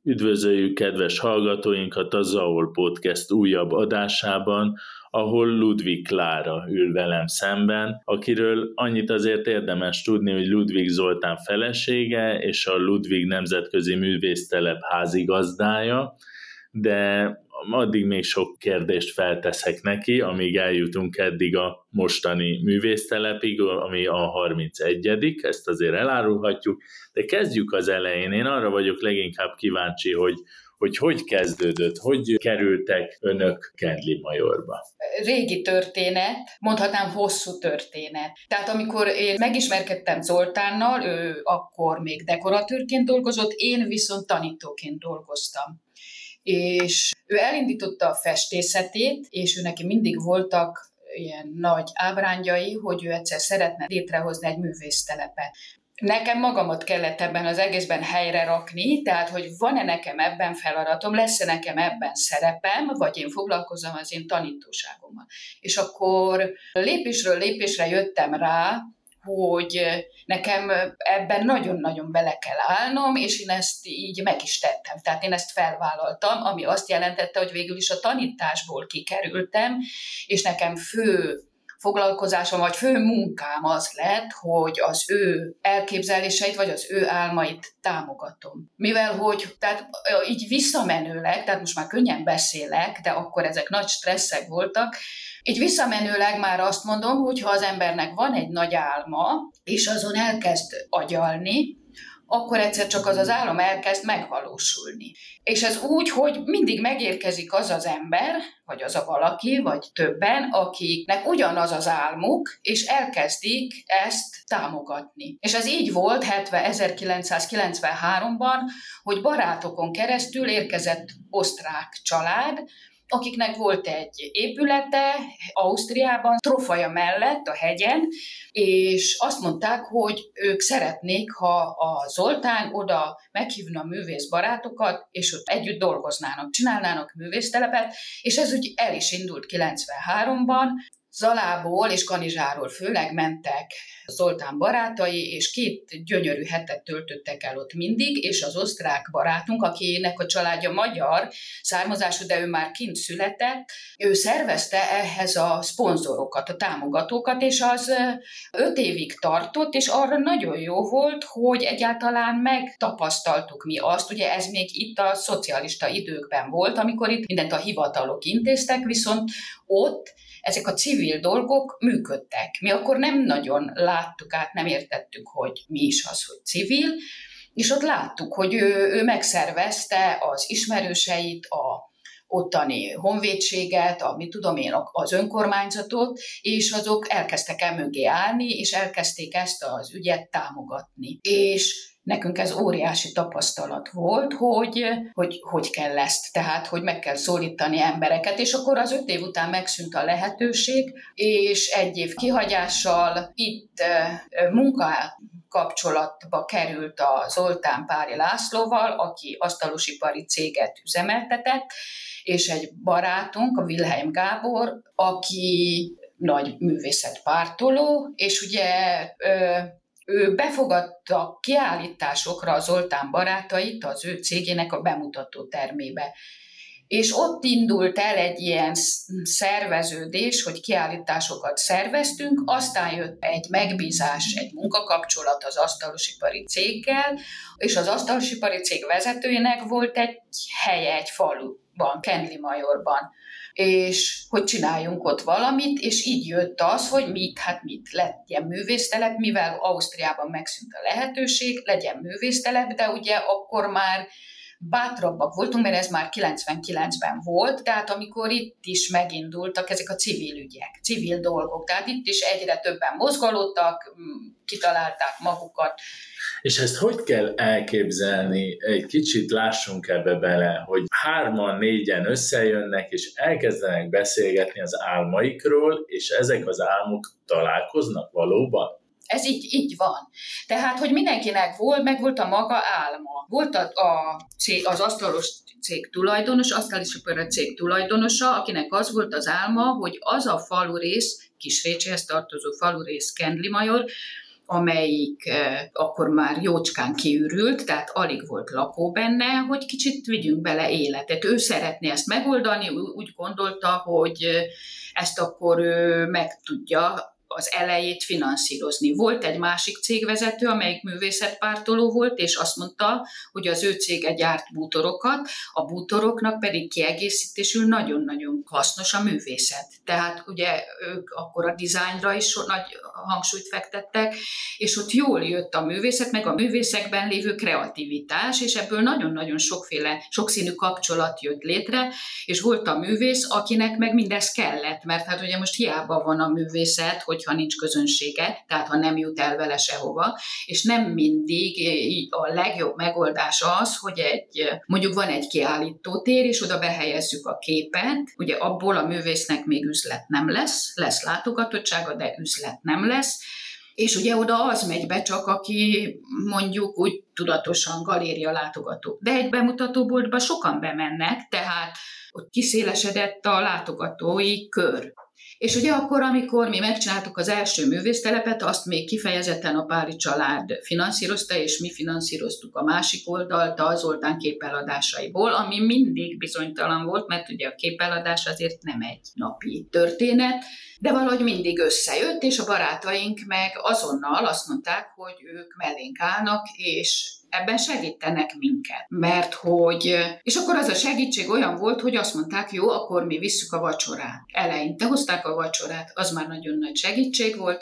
Üdvözöljük kedves hallgatóinkat a Zaol Podcast újabb adásában, ahol Ludwig Klára ül velem szemben, akiről annyit azért érdemes tudni, hogy Ludwig Zoltán felesége és a Ludwig Nemzetközi Művésztelep házigazdája, de addig még sok kérdést felteszek neki, amíg eljutunk eddig a mostani művésztelepig, ami a 31. Ezt azért elárulhatjuk, de kezdjük az elején. Én arra vagyok leginkább kíváncsi, hogy kezdődött, hogy kerültek önök Kendli-Majorba? Régi történet, mondhatnám hosszú történet. Tehát amikor én megismerkedtem Zoltánnal, ő akkor még dekoratőrként dolgozott, én viszont tanítóként dolgoztam. És ő elindította a festészetét, és ő neki mindig voltak ilyen nagy ábrányai, hogy ő egyszer szeretne létrehozni egy művésztelepet. Nekem magamat kellett ebben az egészben helyre rakni, tehát hogy van-e nekem ebben feladatom, lesz-e nekem ebben szerepem, vagy én foglalkozom az én tanítóságommal. És akkor lépésről lépésre jöttem rá, hogy nekem ebben nagyon-nagyon bele kell állnom, és én ezt így meg is tettem. Tehát én ezt felvállaltam, ami azt jelentette, hogy végül is a tanításból kikerültem, és nekem fő foglalkozásom, vagy fő munkám az lett, hogy az ő elképzeléseit, vagy az ő álmait támogatom. Mivel, hogy tehát így visszamenőleg, tehát most már könnyen beszélek, de akkor ezek nagy stresszek voltak, így visszamenőleg már azt mondom, hogy ha az embernek van egy nagy álma, és azon elkezd agyalni, akkor egyszer csak az álom elkezd megvalósulni. És ez úgy, hogy mindig megérkezik az az ember, vagy az a valaki, vagy többen, akiknek ugyanaz az álmuk, és elkezdik ezt támogatni. És ez így volt 1993-ban, hogy barátokon keresztül érkezett osztrák család, akiknek volt egy épülete Ausztriában, Trófaja mellett, a hegyen, és azt mondták, hogy ők szeretnék, ha a Zoltán oda meghívna a művészbarátokat, és ott együtt dolgoznának, csinálnának művésztelepet, és ez úgy el is indult 93-ban, Zalából és Kanizsáról főleg mentek Zoltán barátai, és 2 gyönyörű hetet töltöttek el ott mindig, és az osztrák barátunk, akinek a családja magyar származású, de ő már kint született, ő szervezte ehhez a szponzorokat, a támogatókat, és az 5 évig tartott, és arra nagyon jó volt, hogy egyáltalán megtapasztaltuk mi azt, ugye ez még itt a szocialista időkben volt, amikor itt mindent a hivatalok intéztek, viszont ott ezek a civil dolgok működtek. Mi akkor nem nagyon láttuk át, nem értettük, hogy mi is az, hogy civil, és ott láttuk, hogy ő megszervezte az ismerőseit, a ottani honvédséget, az önkormányzatot, és azok elkezdtek el mögé állni, és elkezdték ezt az ügyet támogatni. És nekünk ez óriási tapasztalat volt, hogy kell ezt, tehát hogy meg kell szólítani embereket, és akkor az 5 év után megszűnt a lehetőség, és 1 év kihagyással itt munkakapcsolatba került a Zoltán Pári Lászlóval, aki asztalosipari céget üzemeltetett, és egy barátunk, a Wilhelm Gábor, aki nagy művészetpártoló, és ugye ő befogadta kiállításokra a Zoltán barátait az ő cégének a bemutató termébe. És ott indult el egy ilyen szerveződés, hogy kiállításokat szerveztünk, aztán jött egy megbízás, egy munkakapcsolat az asztalosipari céggel, és az asztalosipari cég vezetőjének volt egy helye, egy faluban, Kendli-Majorban, és hogy csináljunk ott valamit, és így jött az, hogy mit legyen művésztelep, mivel Ausztriában megszűnt a lehetőség, legyen művésztelep, de ugye akkor már bátrabbak voltunk, mert ez már 99-ben volt, tehát amikor itt is megindultak ezek a civil ügyek, civil dolgok, tehát itt is egyre többen mozgalódtak, kitalálták magukat. És ezt hogy kell elképzelni? Egy kicsit lássunk ebbe bele, hogy 3-an, 4-en összejönnek, és elkezdenek beszélgetni az álmaikról, és ezek az álmok találkoznak valóban? Ez így van. Tehát, hogy mindenkinek megvolt a maga álma. Volt az asztalos cég tulajdonos, asztalosipari cég tulajdonosa, akinek az volt az álma, hogy az a falurész, Kisrécséhez tartozó falurész Kendli-Major, amelyik akkor már jócskán kiürült, tehát alig volt lakó benne, hogy kicsit vigyünk bele életet. Ő szeretné ezt megoldani, úgy gondolta, hogy ezt akkor meg tudja az elejét finanszírozni. Volt egy másik cégvezető, amelyik művészetpártoló volt, és azt mondta, hogy az ő cége gyárt bútorokat, a bútoroknak pedig kiegészítésül nagyon-nagyon hasznos a művészet. Tehát ugye ők akkor a dizájnra is nagy hangsúlyt fektettek, és ott jól jött a művészet, meg a művészekben lévő kreativitás, és ebből nagyon-nagyon sokszínű kapcsolat jött létre, és volt a művész, akinek meg mindez kellett, mert hát ugye most hiába van a művészet, hogyha nincs közönsége, tehát ha nem jut el vele sehova, és nem mindig a legjobb megoldás az, hogy mondjuk van egy kiállítótér, és oda behelyezzük a képet, ugye abból a művésznek még üzlet nem lesz látogatottsága, de üzlet nem lesz, és ugye oda az megy be csak, aki mondjuk úgy tudatosan galéria látogató. De egy bemutatóboltba sokan bemennek, tehát ott kiszélesedett a látogatói kör. És ugye akkor, amikor mi megcsináltuk az első művésztelepet, azt még kifejezetten a Páli család finanszírozta, és mi finanszíroztuk a másik oldalt a Zoltán képeladásaiból, ami mindig bizonytalan volt, mert ugye a képeladás azért nem egy napi történet, de valahogy mindig összejött, és a barátaink meg azonnal azt mondták, hogy ők mellénk állnak, és ebben segítenek minket. Mert hogy, és akkor az a segítség olyan volt, hogy azt mondták, jó, akkor mi visszük a vacsorát. Eleinte hozták a vacsorát, az már nagyon nagy segítség volt,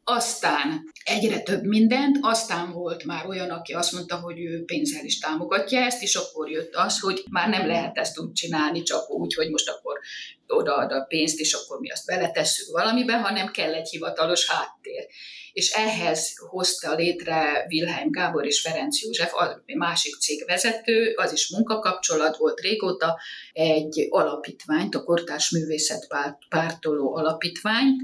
aztán egyre több mindent, aztán volt már olyan, aki azt mondta, hogy ő pénzzel is támogatja ezt, és akkor jött az, hogy már nem lehet ezt úgy csinálni, csak úgy, hogy most akkor odaad a pénzt, és akkor mi azt beletesszük valamibe, hanem kell egy hivatalos háttér. És ehhez hozta létre Wilhelm Gábor és Ferenc József, a másik cégvezető, az is munkakapcsolat volt régóta, egy alapítványt, a Kortárs Művészet Pártoló Alapítványt,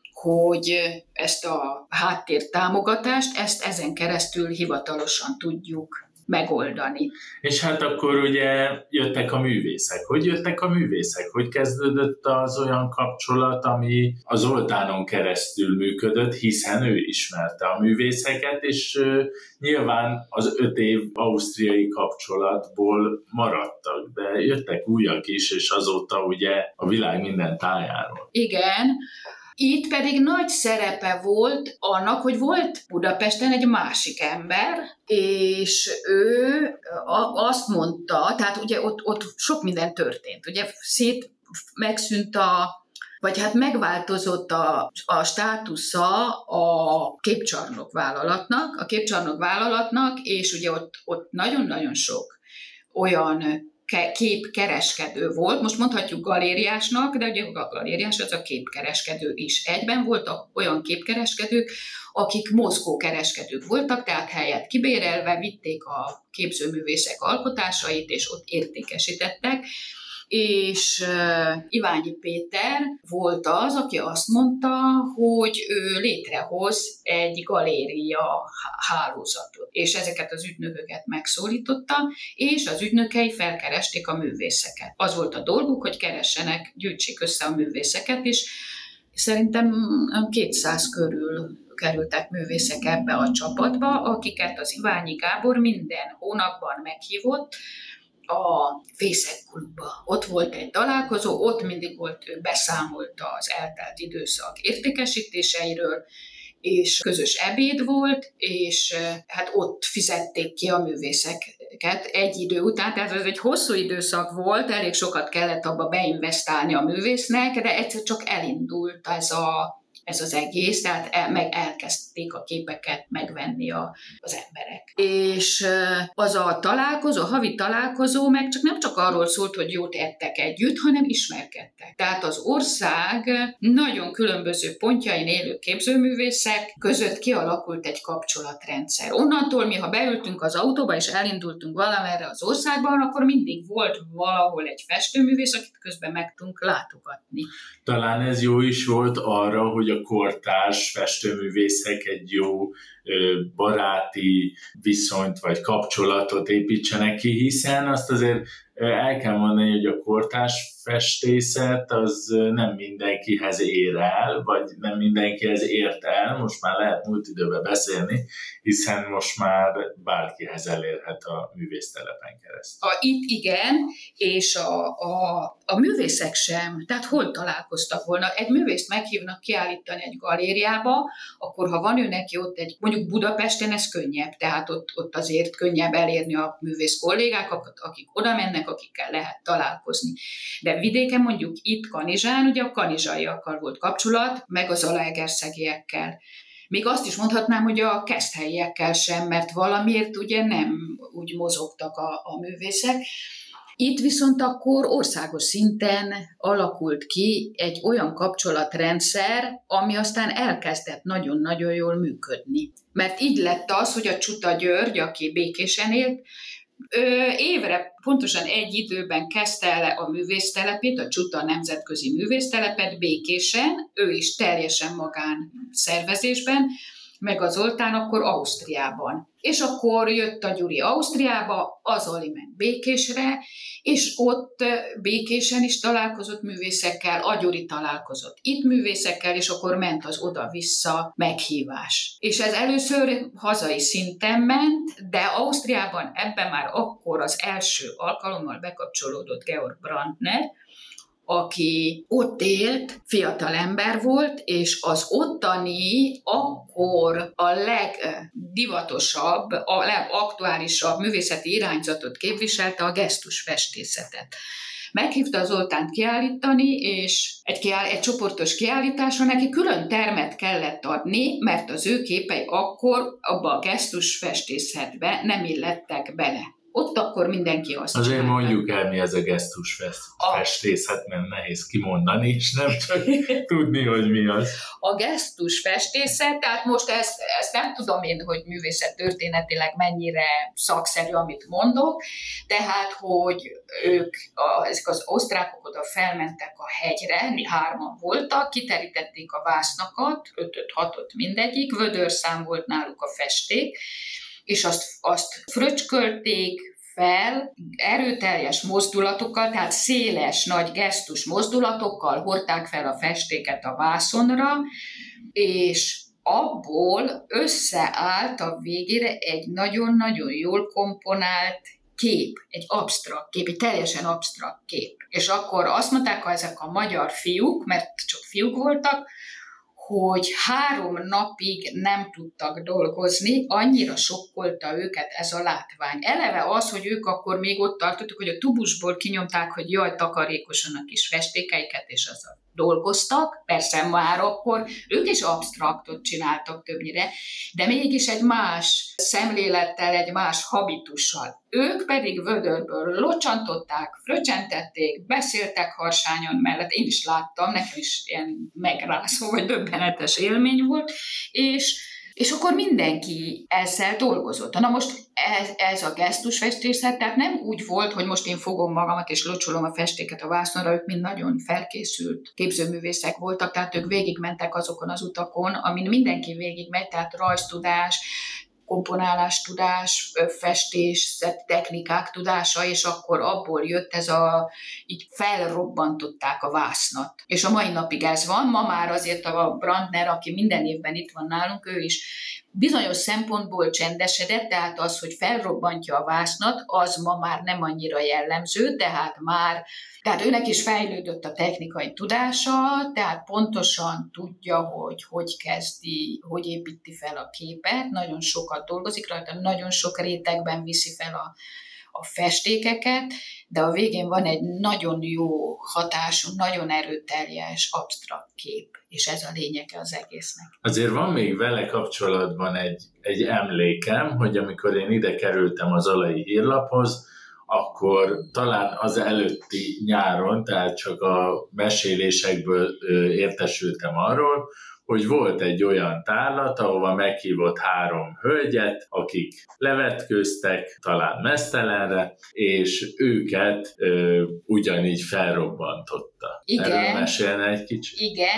hogy ezt a háttértámogatást, ezt ezen keresztül hivatalosan tudjuk megoldani. És hát akkor ugye jöttek a művészek. Hogy jöttek a művészek? Hogy kezdődött az olyan kapcsolat, ami az Zoltánon keresztül működött, hiszen ő ismerte a művészeket, és nyilván az 5 év ausztriai kapcsolatból maradtak, de jöttek újak is, és azóta ugye a világ minden tájáról. Igen. Itt pedig nagy szerepe volt annak, hogy volt Budapesten egy másik ember, és ő azt mondta, tehát ugye ott sok minden történt. Ugye megszűnt vagy hát megváltozott a státusza a képcsarnok vállalatnak, és ugye ott nagyon-nagyon sok olyan képkereskedő volt, most mondhatjuk galériásnak, de ugye a galériás az a képkereskedő is. Egyben voltak olyan képkereskedők, akik mozgókereskedők voltak, tehát helyet kibérelve vitték a képzőművészek alkotásait, és ott értékesítettek, és Iványi Péter volt az, aki azt mondta, hogy ő létrehoz egy galéria hálózatot, és ezeket az ügynököket megszólította, és az ügynökei felkeresték a művészeket. Az volt a dolguk, hogy keressenek, gyűjtsék össze a művészeket, és szerintem 200 körül kerültek művészek ebbe a csapatba, akiket az Iványi Gábor minden hónapban meghívott, a Fészek Klubba. Ott volt egy találkozó, ott mindig volt, beszámolt az eltelt időszak értékesítéseiről, és közös ebéd volt, és hát ott fizették ki a művészeket egy idő után, tehát ez egy hosszú időszak volt, elég sokat kellett abba beinvestálni a művésznek, de egyszer csak elindult ez az egész, tehát elkezdték a képeket megvenni az emberek. És az a találkozó, a havi találkozó nem csak arról szólt, hogy jót ettek együtt, hanem ismerkedtek. Tehát az ország nagyon különböző pontjain élő képzőművészek között kialakult egy kapcsolatrendszer. Onnantól mi, ha beültünk az autóba és elindultunk valamerre az országban, akkor mindig volt valahol egy festőművész, akit közben meg tudtunk látogatni. Talán ez jó is volt arra, hogy a kortárs festőművészek egy jó baráti viszonyt vagy kapcsolatot építsenek ki, hiszen azt azért el kell mondani, hogy a kortárs festészet az nem mindenkihez ér el, vagy nem mindenkihez ért el, most már lehet múlt időben beszélni, hiszen most már bárkihez elérhet a művésztelepen keresztül. Itt igen, és a művészek sem, tehát hol találkoztak volna? Egy művészt meghívnak kiállítani egy galériába, akkor ha van ő neki ott mondjuk Budapesten ez könnyebb, tehát ott azért könnyebb elérni a művész kollégákat, akik oda mennek, akikkel lehet találkozni. De vidéken mondjuk itt Kanizsán, ugye a kanizsaiakkal volt kapcsolat, meg az zalaegerszegiekkel. Még azt is mondhatnám, hogy a keszthelyiekkel sem, mert valamiért ugye nem úgy mozogtak a művészek. Itt viszont akkor országos szinten alakult ki egy olyan kapcsolatrendszer, ami aztán elkezdett nagyon-nagyon jól működni. Mert így lett az, hogy a Csuta György, aki Békésen élt, évre pontosan egy időben kezdte el a művésztelepét, a Csuta Nemzetközi Művésztelepet Békésen, ő is teljesen magán szervezésben, meg az Zoltán akkor Ausztriában. És akkor jött a Gyuri Ausztriába, az Ali meg Békésre, és ott Békésen is találkozott művészekkel, a Gyuri találkozott itt művészekkel, és akkor ment az oda-vissza meghívás. És ez először hazai szinten ment, de Ausztriában ebben már akkor az első alkalommal bekapcsolódott Georg Brandner, aki ott élt, fiatal ember volt, és az ottani akkor a legdivatosabb, a legaktuálisabb művészeti irányzatot képviselte, a gesztusfestészetet. Meghívta Zoltánt kiállítani, és egy csoportos kiállításra neki külön termet kellett adni, mert az ő képei akkor abba a gesztusfestészetbe nem illettek bele. Ott akkor mindenki azt azért csinálta. Mondjuk el, mi ez a gesztusfestészet, mert nehéz kimondani, és nem csak tudni, hogy mi az. A gesztusfestészet, tehát most ezt nem tudom én, hogy művészettörténetileg mennyire szakszerű, amit mondok, tehát, hogy ezek az osztrákok oda felmentek a hegyre, mi 3 voltak, kiterítették a vásznakat, 5-6-ot mindegyik, vödörszám volt náluk a festék, és azt fröcskölték fel, erőteljes mozdulatokkal, tehát széles, nagy gesztus mozdulatokkal hordták fel a festéket a vászonra, és abból összeállt a végére egy nagyon-nagyon jól komponált kép, egy absztrakt kép, egy teljesen absztrakt kép. És akkor azt mondták, hogy ezek a magyar fiúk, mert csak fiúk voltak, hogy 3 napig nem tudtak dolgozni, annyira sokkolta őket ez a látvány. Eleve az, hogy ők akkor még ott tartottak, hogy a tubusból kinyomták, hogy jaj, takarékosan a kis festékeiket, és azzal dolgoztak. Persze már akkor ők is absztraktot csináltak többnyire, de mégis egy más szemlélettel, egy más habitussal. Ők pedig vödörből locsantották, fröcsentették, beszéltek harsányon mellett. Én is láttam, nekem is ilyen megrázó, vagy döbbenetes élmény volt, és akkor mindenki ezzel dolgozott. Na most ez a gesztusfestészet, tehát nem úgy volt, hogy most én fogom magamat és locsolom a festéket a vászonra, ők mind nagyon felkészült képzőművészek voltak, tehát ők végigmentek azokon az utakon, amin mindenki végigmegy, tehát rajztudás, komponálástudás, festés, technikák tudása, és akkor abból jött így felrobbantották a vásznat. És a mai napig ez van, ma már azért a Brandner, aki minden évben itt van nálunk, ő is bizonyos szempontból csendesedett, tehát az, hogy felrobbantja a vásznat, az ma már nem annyira jellemző, tehát őnek is fejlődött a technikai tudása, tehát pontosan tudja, hogy kezdi, hogy építi fel a képet, nagyon sokat dolgozik rajta, nagyon sok rétegben viszi fel a festékeket, de a végén van egy nagyon jó hatású, nagyon erőteljes, absztrakt kép, és ez a lényege az egésznek. Azért van még vele kapcsolatban egy emlékem, hogy amikor én ide kerültem az Alai Hírlaphoz, akkor talán az előtti nyáron, tehát csak a mesélésekből értesültem arról, hogy volt egy olyan tárlat, ahova meghívott 3 hölgyet, akik levetkőztek, talán meztelenre, és őket ugyanígy felrobbantotta. Igen. Erről mesélne egy kicsit? Igen.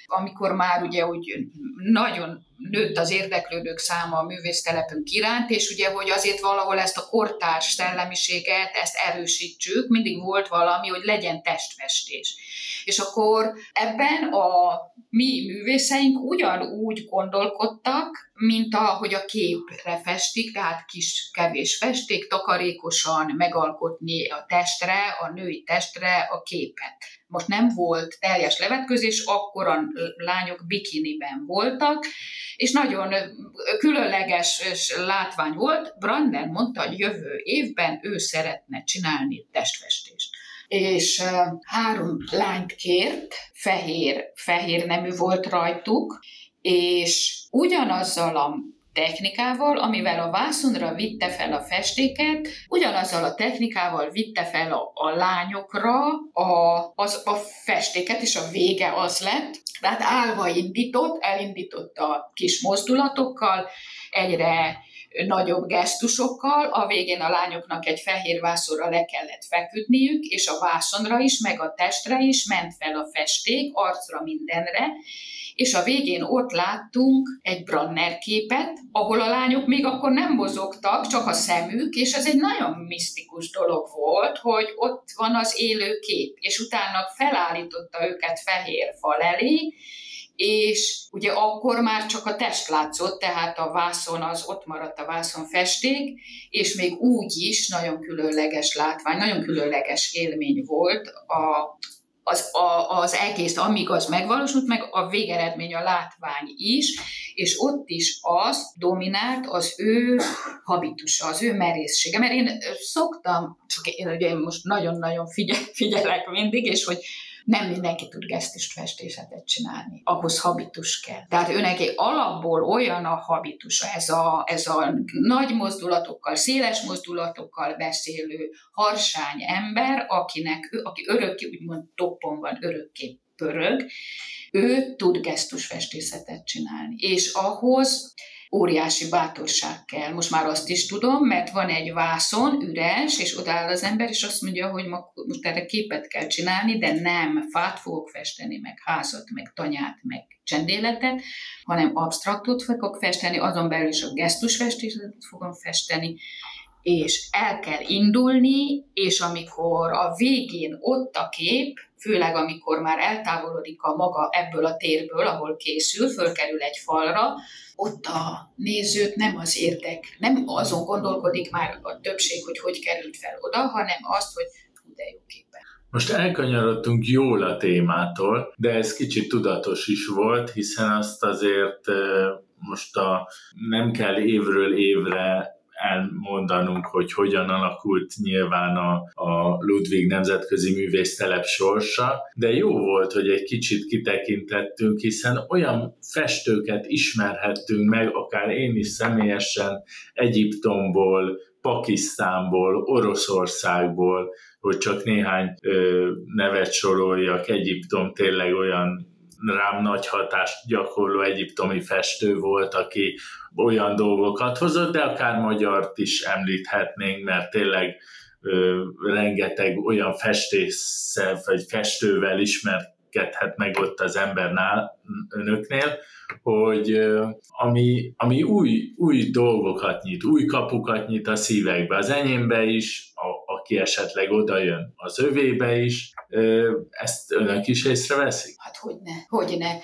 amikor már ugye úgy nagyon nőtt az érdeklődők száma a művésztelepünk iránt, és ugye, hogy azért valahol ezt a kortárs szellemiséget, ezt erősítsük, mindig volt valami, hogy legyen testfestés. És akkor ebben a mi művészeink ugyanúgy gondolkodtak, mint ahogy a képre festik, tehát kevés festék, takarékosan megalkotni a testre, a női testre a képet. Most nem volt teljes levetközés, akkor a lányok bikiniben voltak, és nagyon különleges látvány volt. Brandner mondta, hogy jövő évben ő szeretne csinálni testfestést. És 3 lányt kért, fehér nemű volt rajtuk, és ugyanazzal a technikával, amivel a vászonra vitte fel a festéket, ugyanazzal a technikával vitte fel a lányokra a festéket, és a vége az lett. Tehát állva elindított a kis mozdulatokkal, egyre nagyobb gesztusokkal, a végén a lányoknak egy fehér vászonra le kellett feküdniük, és a vászonra is, meg a testre is ment fel a festék, arcra, mindenre, és a végén ott láttunk egy Brandner képet, ahol a lányok még akkor nem mozogtak, csak a szemük, és ez egy nagyon misztikus dolog volt, hogy ott van az élő kép, és utána felállította őket fehér fal elé, és ugye akkor már csak a test látszott, tehát a vászon ott maradt a vászon festék, és még úgy is nagyon különleges látvány, nagyon különleges élmény volt az egész, amíg az megvalósult, meg a végeredmény, a látvány is, és ott is az dominált az ő habitusa, az ő merészsége. Mert én szoktam, csak én most nagyon-nagyon figyelek mindig, és hogy nem mindenki tud gesztusfestészetet csinálni. Ahhoz habitus kell. Tehát őneki alapból olyan a habitusa, ez a nagy mozdulatokkal, széles mozdulatokkal beszélő harsány ember, aki örökké, úgymond toppon van, örökké pörög, ő tud gesztusfestészetet csinálni. És ahhoz óriási bátorság kell. Most már azt is tudom, mert van egy vászon, üres, és odaáll az ember, és azt mondja, hogy most erre képet kell csinálni, de nem fát fogok festeni, meg házat, meg tanyát, meg csendéletet, hanem absztraktot fogok festeni, azon belül is a gesztusfestészetet fogom festeni, és el kell indulni, és amikor a végén ott a kép, főleg amikor már eltávolodik a maga ebből a térből, ahol készül, fölkerül egy falra, ott a nézőt nem az érdek, nem azon gondolkodik már a többség, hogy került fel oda, hanem azt, hogy de jó képen. Most elkanyarodtunk jól a témától, de ez kicsit tudatos is volt, hiszen azt azért most nem kell évről évre elmondanunk, hogy hogyan alakult nyilván a Ludwig Nemzetközi Művésztelep sorsa, de jó volt, hogy egy kicsit kitekintettünk, hiszen olyan festőket ismerhettünk meg, akár én is személyesen Egyiptomból, Pakisztánból, Oroszországból, hogy csak néhány nevet soroljak. Egyiptom tényleg olyan rám nagy hatást gyakorló egyiptomi festő volt, aki olyan dolgokat hozott, de akár magyart is említhetnénk, mert tényleg rengeteg olyan festésszel vagy festővel ismerkedhet meg ott az embernál, önöknél, hogy ami új dolgokat nyit, új kapukat nyit a szívekbe, az enyémbe is, aki esetleg odajön az övébe is. Ezt önök is észreveszik? Hát hogyne.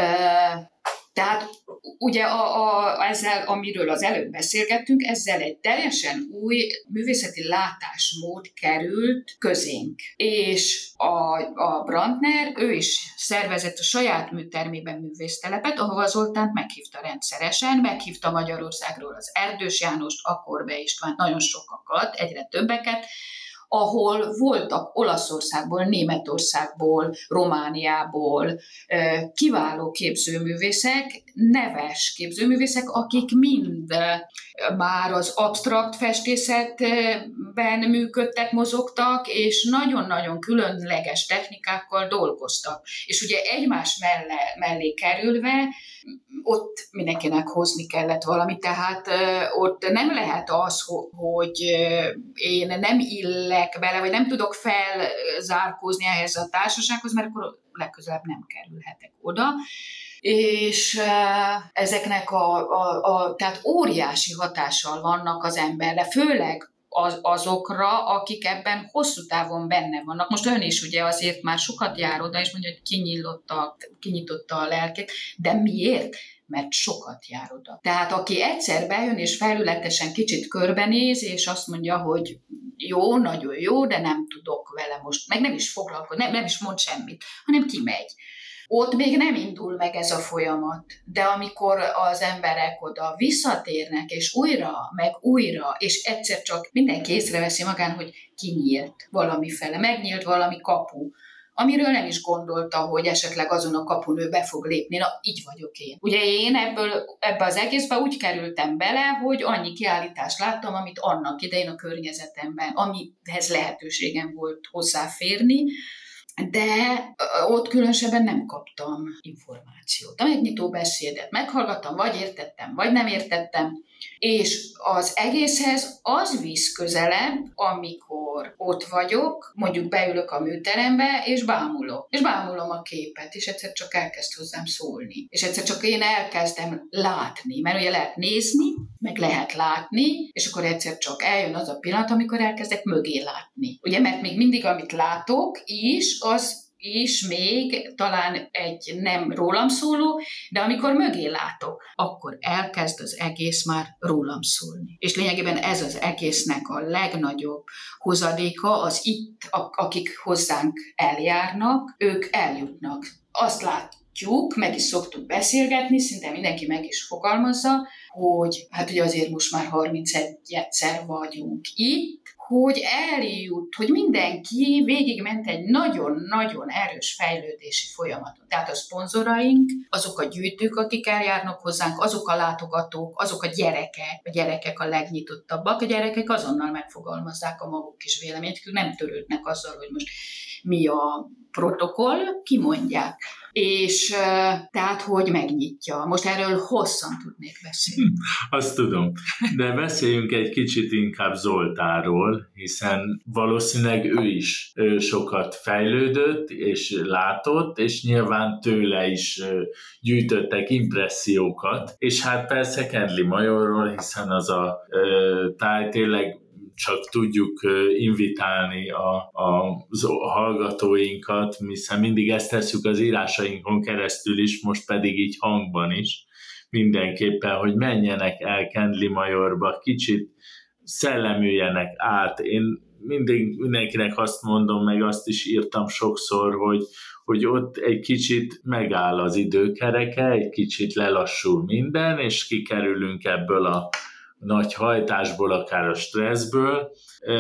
Tehát ugye ezzel, amiről az előbb beszélgettünk, ezzel egy teljesen új művészeti látásmód került közénk. És a Brandner, ő is szervezett a saját műtermében művésztelepet, ahova Zoltánt meghívta rendszeresen, meghívta Magyarországról az Erdős Jánost, Akorbe Istvánt, nagyon sokakat, egyre többeket, ahol voltak Olaszországból, Németországból, Romániából kiváló képzőművészek, neves képzőművészek, akik mind már az absztrakt festészetben működtek, mozogtak, és nagyon-nagyon különleges technikákkal dolgoztak. És ugye egymás mellé kerülve ott mindenkinek hozni kellett valamit, tehát ott nem lehet az, hogy én nem illek bele, vagy nem tudok felzárkózni ehhez a társasághoz, mert akkor legközelebb nem kerülhetek oda. És ezeknek tehát óriási hatással vannak az emberre, főleg azokra, akik ebben hosszú távon benne vannak. Most ön is ugye azért már sokat jár oda, és mondja, hogy kinyitotta a lelkét, de miért? Mert sokat jár oda. Tehát aki egyszer bejön, és felületesen kicsit körbenéz, és azt mondja, hogy jó, nagyon jó, de nem tudok vele most, meg nem is foglalkozni, nem is mond semmit, hanem kimegy. Ott még nem indul meg ez a folyamat, de amikor az emberek oda visszatérnek, és újra, és egyszer csak mindenki észreveszi magán, hogy kinyílt valamifele, megnyílt valami kapu, amiről nem is gondolta, hogy esetleg azon a kapun ő be fog lépni. Na, így vagyok én. Ugye én ebbe az egészbe úgy kerültem bele, hogy annyi kiállítást láttam, amit annak idején a környezetemben, amihez lehetőségem volt hozzáférni, de ott különösebben nem kaptam információt. A megnyitó beszédet meghallgattam, vagy értettem, vagy nem értettem, és az egészhez az visz közelebb, amikor ott vagyok, mondjuk beülök a műterembe, és bámulok. És bámulom a képet, és egyszer csak elkezd hozzám szólni. És egyszer csak én elkezdem látni, mert ugye lehet nézni, meg lehet látni, és akkor egyszer csak eljön az a pillanat, amikor elkezdek mögé látni. Ugye, mert még mindig, amit látok is, az is még talán egy nem rólam szóló, de amikor mögé látok, akkor elkezd az egész már rólam szólni. És lényegében ez az egésznek a legnagyobb hozadéka, az itt, akik hozzánk eljárnak, ők eljutnak. Azt látjuk, meg is szoktuk beszélgetni, szinte mindenki meg is fogalmazza, hogy hát ugye azért most már 31-szer vagyunk itt, hogy eljut, hogy mindenki végigment egy nagyon-nagyon erős fejlődési folyamaton. Tehát a szponzoraink, azok a gyűjtők, akik eljárnak hozzánk, azok a látogatók, azok a gyerekek a legnyitottabbak, a gyerekek azonnal megfogalmazzák a maguk kis véleményt, ők nem törődnek azzal, hogy most mi a protokoll, kimondják. És tehát, hogy megnyitja. Most erről hosszan tudnék beszélni. Azt tudom. De beszéljünk egy kicsit inkább Zoltánról, hiszen valószínűleg ő is sokat fejlődött, és látott, és nyilván tőle is gyűjtöttek impressziókat. És hát persze Kendley Majorról, hiszen az a táj tényleg csak tudjuk invitálni a hallgatóinkat, hiszen mindig ezt tesszük az írásainkon keresztül is, most pedig így hangban is, mindenképpen, hogy menjenek el Kendley Majorba, kicsit szellemüljenek át. Én mindig mindenkinek azt mondom, meg azt is írtam sokszor, hogy ott egy kicsit megáll az időkereke, egy kicsit lelassul minden, és kikerülünk ebből a nagy hajtásból, akár a stresszből,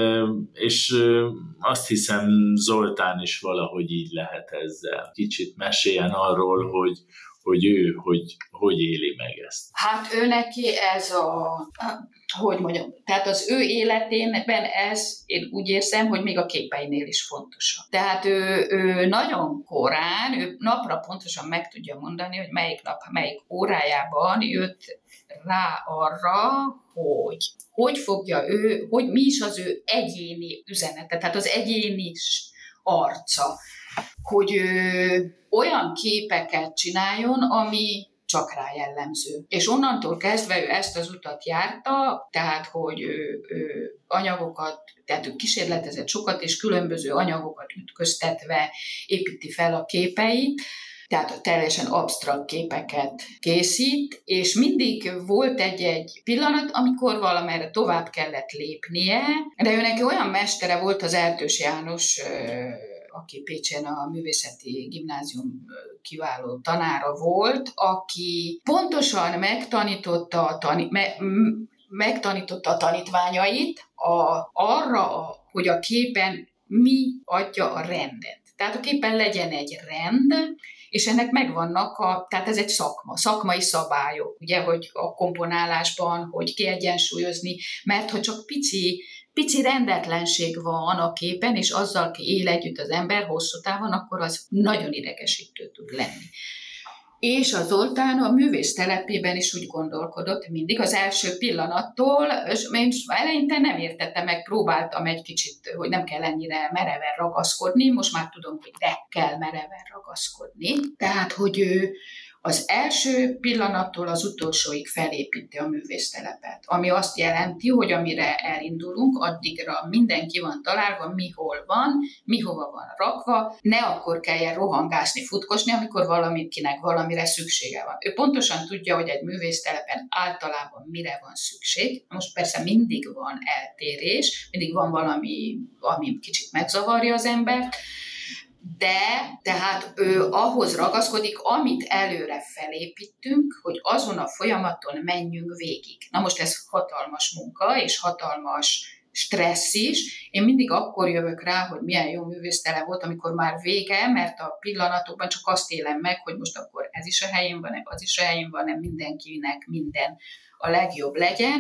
és azt hiszem Zoltán is valahogy így lehet ezzel. Kicsit meséljen arról, hogy ő hogy éli meg ezt. Hát ő neki ez hogy mondjam, tehát az ő életében ez, én úgy érzem, hogy még a képeinél is fontosabb. Tehát ő nagyon korán, ő napra pontosan meg tudja mondani, hogy melyik nap, melyik órájában jött rá arra, hogy fogja ő, hogy mi is az ő egyéni üzenete, tehát az egyéni arca, hogy ő olyan képeket csináljon, ami csak rá jellemző. És onnantól kezdve ő ezt az utat járta, tehát hogy ő anyagokat, tehát ő kísérletezett sokat, és különböző anyagokat ütköztetve építi fel a képeit, tehát teljesen absztrakt képeket készít, és mindig volt egy pillanat, amikor valamerre tovább kellett lépnie, de ő neki olyan mestere volt, az Erdős János, aki Pécsen a Művészeti Gimnázium kiváló tanára volt, aki pontosan megtanította a tanítványait arra, hogy a képen mi adja a rendet. Tehát a képen legyen egy rend, és ennek megvannak, tehát ez egy szakmai szabályok, ugye, hogy a komponálásban, hogy kiegyensúlyozni, mert ha csak pici rendetlenség van a képen, és azzal él együtt az ember hosszú távon, akkor az nagyon idegesítő tud lenni. És a Zoltán a művész telepében is úgy gondolkodott mindig az első pillanattól, és én eleinte nem értettem meg, próbáltam egy kicsit, hogy nem kell ennyire mereven ragaszkodni, most már tudom, hogy de kell mereven ragaszkodni. Tehát, hogy ő az első pillanattól az utolsóig felépíti a művésztelepet, ami azt jelenti, hogy amire elindulunk, addigra mindenki van találva, mi hol van, mi hova van rakva, ne akkor kelljen rohangászni, futkosni, amikor valakinek valamire szüksége van. Ő pontosan tudja, hogy egy művésztelepen általában mire van szükség. Most persze mindig van eltérés, mindig van valami, ami kicsit megzavarja az embert, de tehát ő ahhoz ragaszkodik, amit előre felépítünk, hogy azon a folyamaton menjünk végig. Na most ez hatalmas munka, és hatalmas stressz is. Én mindig akkor jövök rá, hogy milyen jó művésztele volt, amikor már vége, mert a pillanatokban csak azt élem meg, hogy most akkor ez is a helyén van, az is a helyén van, nem mindenkinek minden a legjobb legyen.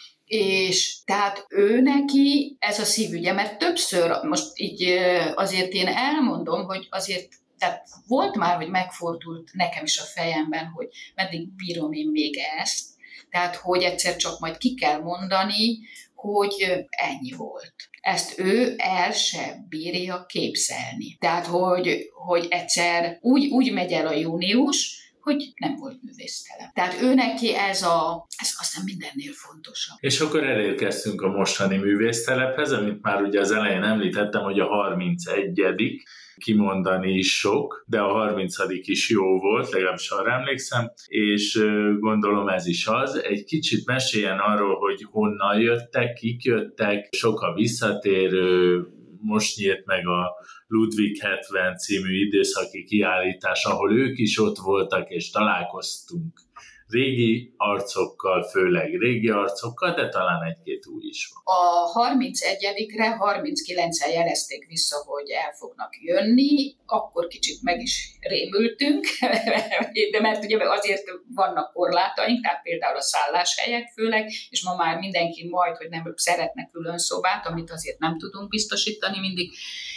És tehát ő neki ez a szívügye, mert többször, most így azért én elmondom, hogy azért tehát volt már, hogy megfordult nekem is a fejemben, hogy meddig bírom én még ezt, tehát hogy egyszer csak majd ki kell mondani, hogy ennyi volt. Ezt ő el se bírja képzelni. Tehát, hogy egyszer úgy megy el a június, hogy nem volt művésztelep. Tehát ő neki ez aztán mindennél fontosabb. És akkor elérkeztünk a mostani művésztelephez, amit már ugye az elején említettem, hogy a 31. kimondani is sok, de a 30. is jó volt, legalábbis arra emlékszem, és gondolom ez is az. Egy kicsit meséljen arról, hogy honnan jöttek, kik jöttek, sok a visszatérő, most nyílt meg a Ludwig 70 című időszaki kiállítás, ahol ők is ott voltak, és találkoztunk régi arcokkal, főleg régi arcokkal, de talán egy-két új is van. A 31-re 39-en jelezték vissza, hogy el fognak jönni, akkor kicsit meg is rémültünk, de mert ugye azért vannak korlátaink, tehát például a szálláshelyek főleg, és ma már mindenki majd, hogy nem szeretne külön szobát, amit azért nem tudunk biztosítani mindig,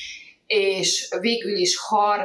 és végül is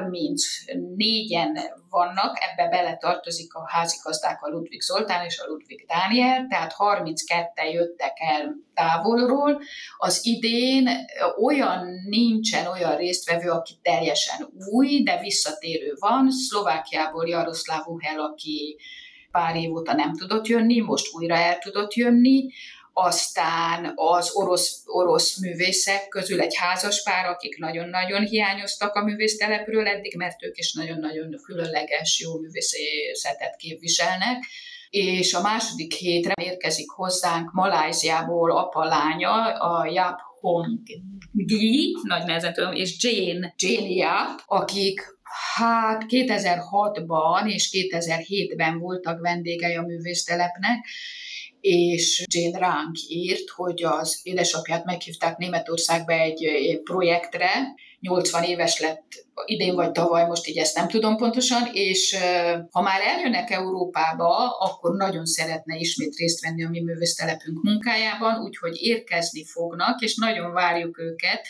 34-en vannak, ebbe beletartozik a házigazdák, a Ludwig Zoltán és a Ludwig Dániel, tehát 32-en jöttek el távolról. Az idén nincsen olyan résztvevő, aki teljesen új, de visszatérő van. Szlovákiából Jaroszláv Uhel, aki pár év óta nem tudott jönni, most újra el tudott jönni. Aztán az orosz művészek közül egy házaspár, akik nagyon-nagyon hiányoztak a művésztelepről eddig, mert ők is nagyon-nagyon különleges, jó művészetet képviselnek. És a második hétre érkezik hozzánk Malajziából apa lánya, a Yap Hong Gi, nagy nehezen tudom, és Jane Yap, akik 2006-ban és 2007-ben voltak vendégei a művésztelepnek, és Jane ránk írt, hogy az édesapját meghívták Németországba egy projektre, 80 éves lett idén vagy tavaly, most így ezt nem tudom pontosan, és ha már eljönnek Európába, akkor nagyon szeretne ismét részt venni a mi művésztelepünk munkájában, úgyhogy érkezni fognak, és nagyon várjuk őket.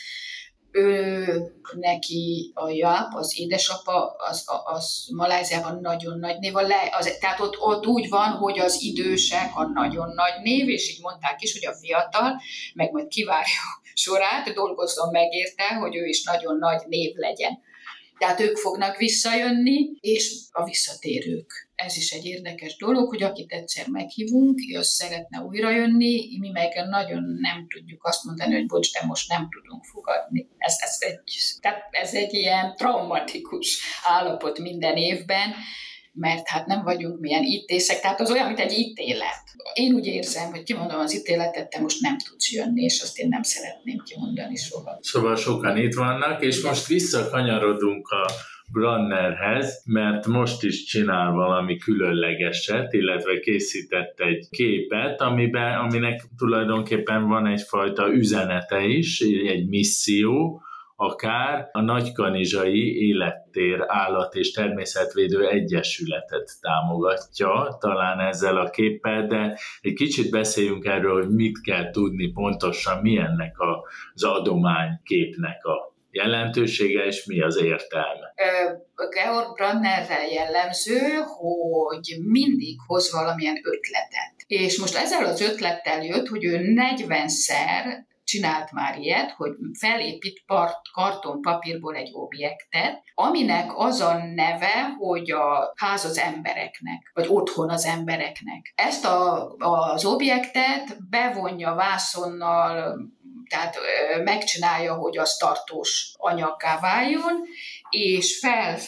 Neki a Yap, az édesapa, az Malajziában nagyon nagy név, tehát ott úgy van, hogy az idősek a nagyon nagy név, és így mondták is, hogy a fiatal, meg majd kivárja sorát, dolgozzon meg érte, hogy ő is nagyon nagy név legyen. Tehát ők fognak visszajönni, és a visszatérők. Ez is egy érdekes dolog, hogy akit egyszer meghívunk, az szeretne újra jönni, mi meg nagyon nem tudjuk azt mondani, hogy bocs, de most nem tudunk fogadni. Ez egy ilyen traumatikus állapot minden évben, mert hát nem vagyunk milyen ítészek, tehát az olyan, mint egy ítélet. Én úgy érzem, hogy kimondom az ítéletet, te most nem tudsz jönni, és azt én nem szeretném kimondani soha. Szóval sokan itt vannak, és most visszakanyarodunk a Brannerhez, mert most is csinál valami különlegeset, illetve készített egy képet, aminek tulajdonképpen van egyfajta üzenete is, egy misszió, akár a Nagykanizsai Élettér Állat- és Természetvédő Egyesületet támogatja, talán ezzel a képpel, de egy kicsit beszéljünk erről, hogy mit kell tudni pontosan, mi ennek az adományképnek a jelentősége, és mi az értelme? Georg Brandnerre jellemző, hogy mindig hoz valamilyen ötletet. És most ezzel az ötlettel jött, hogy ő 40-szer csinált már ilyet, hogy felépít kartonpapírból egy objektet, aminek az a neve, hogy a ház az embereknek, vagy otthon az embereknek. Ezt az objektet bevonja vászonnal, tehát megcsinálja, hogy az tartós anyaggá váljon, és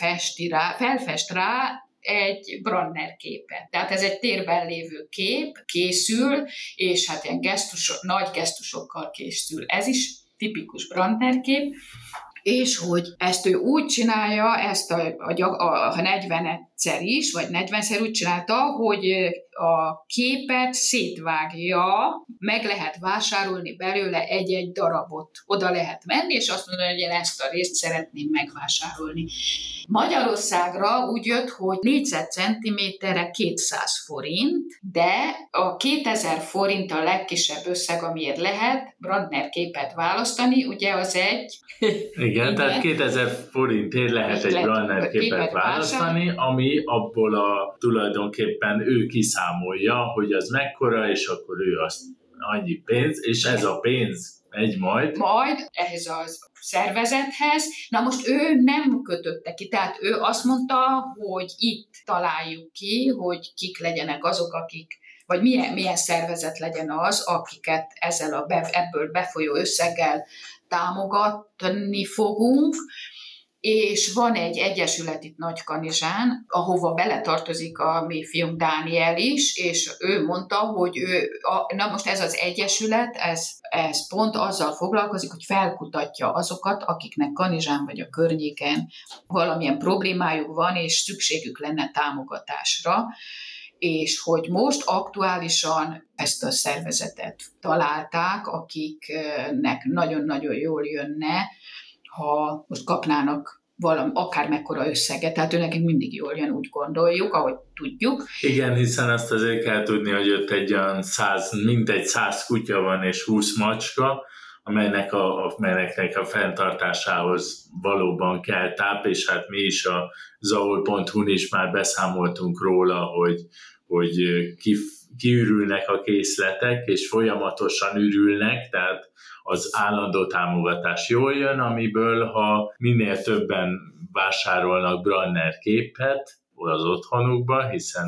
felfest rá egy Brandner képet. Tehát ez egy térben lévő kép, készül, és hát ilyen nagy gesztusokkal készül. Ez is tipikus Brandner kép, és hogy ezt ő úgy csinálja, ezt a 40-szer is, vagy 40-szer úgy csinálta, hogy a képet szétvágja, meg lehet vásárolni belőle egy-egy darabot. Oda lehet menni, és azt mondani, hogy én ezt a részt szeretném megvásárolni. Magyarországra úgy jött, hogy négyzetcentiméterre 200 forint, de a 2000 forint a legkisebb összeg, amiért lehet Brandner képet választani, ugye az egy... Igen, tehát 2000 forintért lehet egy Brandner képet választani, ami abból tulajdonképpen ő kiszámolja, hogy az mekkora, és akkor ő azt annyi pénz, és ez a pénz megy majd ehhez a szervezethez. Na most ő nem kötötte ki, tehát ő azt mondta, hogy itt találjuk ki, hogy kik legyenek azok, akik, vagy milyen szervezet legyen az, akiket ebből befolyó összeggel támogatni fogunk, és van egy egyesület itt Nagykanizsán, ahova beletartozik a mi fiunk Dániel is, és ő mondta, hogy na most ez az egyesület, ez pont azzal foglalkozik, hogy felkutatja azokat, akiknek Kanizsán vagy a környéken valamilyen problémájuk van, és szükségük lenne támogatásra, és hogy most aktuálilisan ezt a szervezetet találták, akiknek nagyon-nagyon jól jönne, ha most kapnának akár mekkora összeget, tehát őnek mindig jól jön, úgy gondoljuk, ahogy tudjuk. Igen, hiszen azt azért kell tudni, hogy ott egy olyan mintegy 100 kutya van és 20 macska, amelynek a fenntartásához valóban kell táp, és hát mi is a zaol.hu-n is már beszámoltunk róla, hogy kiürülnek a készletek, és folyamatosan ürülnek, tehát az állandó támogatás jól jön, amiből, ha minél többen vásárolnak Brandner képet az otthonukba, hiszen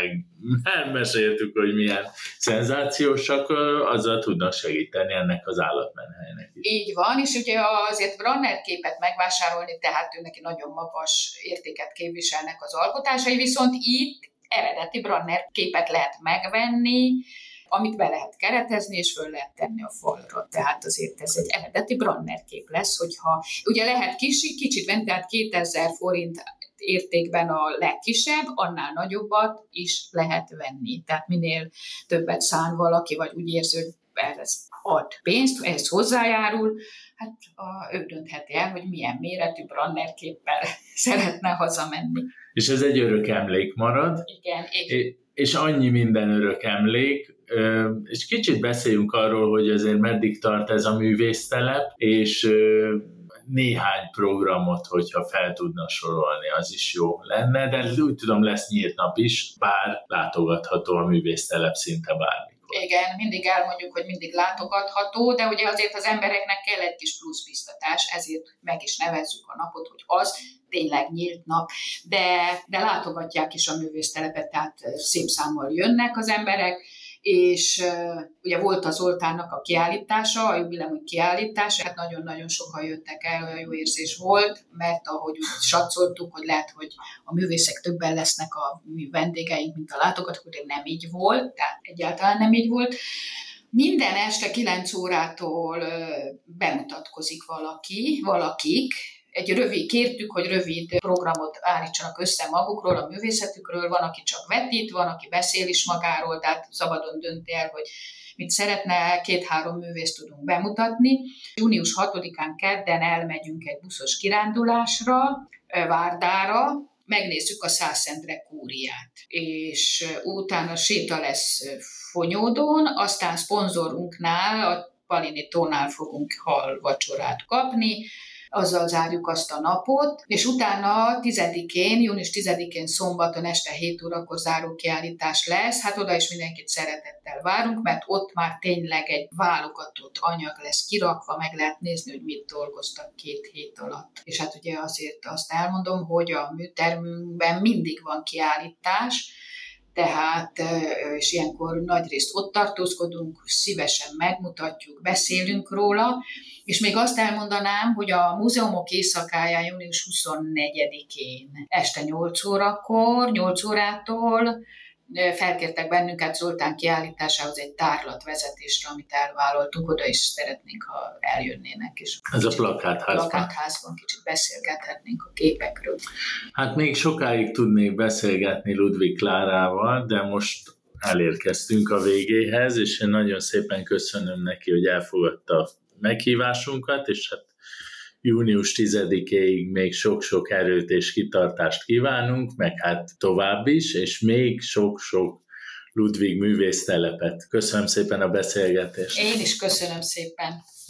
elmeséltük, hogy milyen szenzációsak, azzal tudnak segíteni ennek az állatmenhelynek is. Így van, és ugye azért Brandner képet megvásárolni, tehát ő neki nagyon magas értéket képviselnek az alkotásai, viszont itt eredeti Brandner képet lehet megvenni, amit be lehet keretezni, és föl lehet tenni a falra. Tehát azért ez egy eredeti Brandner kép lesz, hogyha ugye lehet kicsit venni, tehát 2000 forint értékben a legkisebb, annál nagyobbat is lehet venni. Tehát minél többet szán valaki, vagy úgy érzi, hogy ez ad pénzt, ehhez hozzájárul, hát ő döntheti el, hogy milyen méretű Brandner képpel szeretne hazamenni. És ez egy örök emlék marad. Igen. És annyi minden örök emlék, és kicsit beszéljünk arról, hogy azért meddig tart ez a művésztelep, és néhány programot, hogyha fel tudna sorolni, az is jó lenne, de úgy tudom, lesz nyílt nap is, bár látogatható a művésztelep szinte bármikor. Igen, mindig elmondjuk, hogy mindig látogatható, de ugye azért az embereknek kell egy kis plusz biztatás, ezért meg is nevezzük a napot, hogy az tényleg nyílt nap, de látogatják is a művésztelepet, tehát szép számmal jönnek az emberek, és ugye volt az Zoltánnak a kiállítása, a jubileumi kiállítása, hát nagyon-nagyon sokan jöttek el, olyan jó érzés volt, mert ahogy úgy satszoltuk, hogy lehet, hogy a művészek többen lesznek a vendégeink, mint a látogatók, de nem így volt, tehát egyáltalán nem így volt. Minden este 9 órától bemutatkozik valakik, kértük, hogy rövid programot állítsanak össze magukról, a művészetükről, van, aki csak vetít, van, aki beszél is magáról, tehát szabadon dönti el, hogy mit szeretne, 2-3 művészt tudunk bemutatni. Június 6-án kedden elmegyünk egy buszos kirándulásra, Várdára, megnézzük a Szászendre kúriát, és utána séta lesz Fonyódon, aztán szponzorunknál, a Palini tónál fogunk halvacsorát kapni, azzal zárjuk azt a napot, és utána 10-én, június 10-én szombaton este 7 órakor zárókiállítás lesz, hát oda is mindenkit szeretettel várunk, mert ott már tényleg egy válogatott anyag lesz kirakva, meg lehet nézni, hogy mit dolgoztak 2 hét alatt. És hát ugye azért azt elmondom, hogy a műtermünkben mindig van kiállítás, tehát, és ilyenkor nagyrészt ott tartózkodunk, szívesen megmutatjuk, beszélünk róla, és még azt elmondanám, hogy a múzeumok éjszakáján június 24-én este 8 órakor, 8 órától felkértek bennünket Zoltán kiállításához egy tárlatvezetésre, amit elvállaltunk, oda is szeretnénk, ha eljönnének. És ez a plakátházban kicsit beszélgethetnénk a képekről. Hát még sokáig tudnék beszélgetni Ludwig Klárával, de most elérkeztünk a végéhez, és én nagyon szépen köszönöm neki, hogy elfogadta a meghívásunkat, és hát június 10-éig még sok-sok erőt és kitartást kívánunk, meg hát tovább is, és még sok-sok Ludwig művésztelepet. Köszönöm szépen a beszélgetést. Én is köszönöm szépen.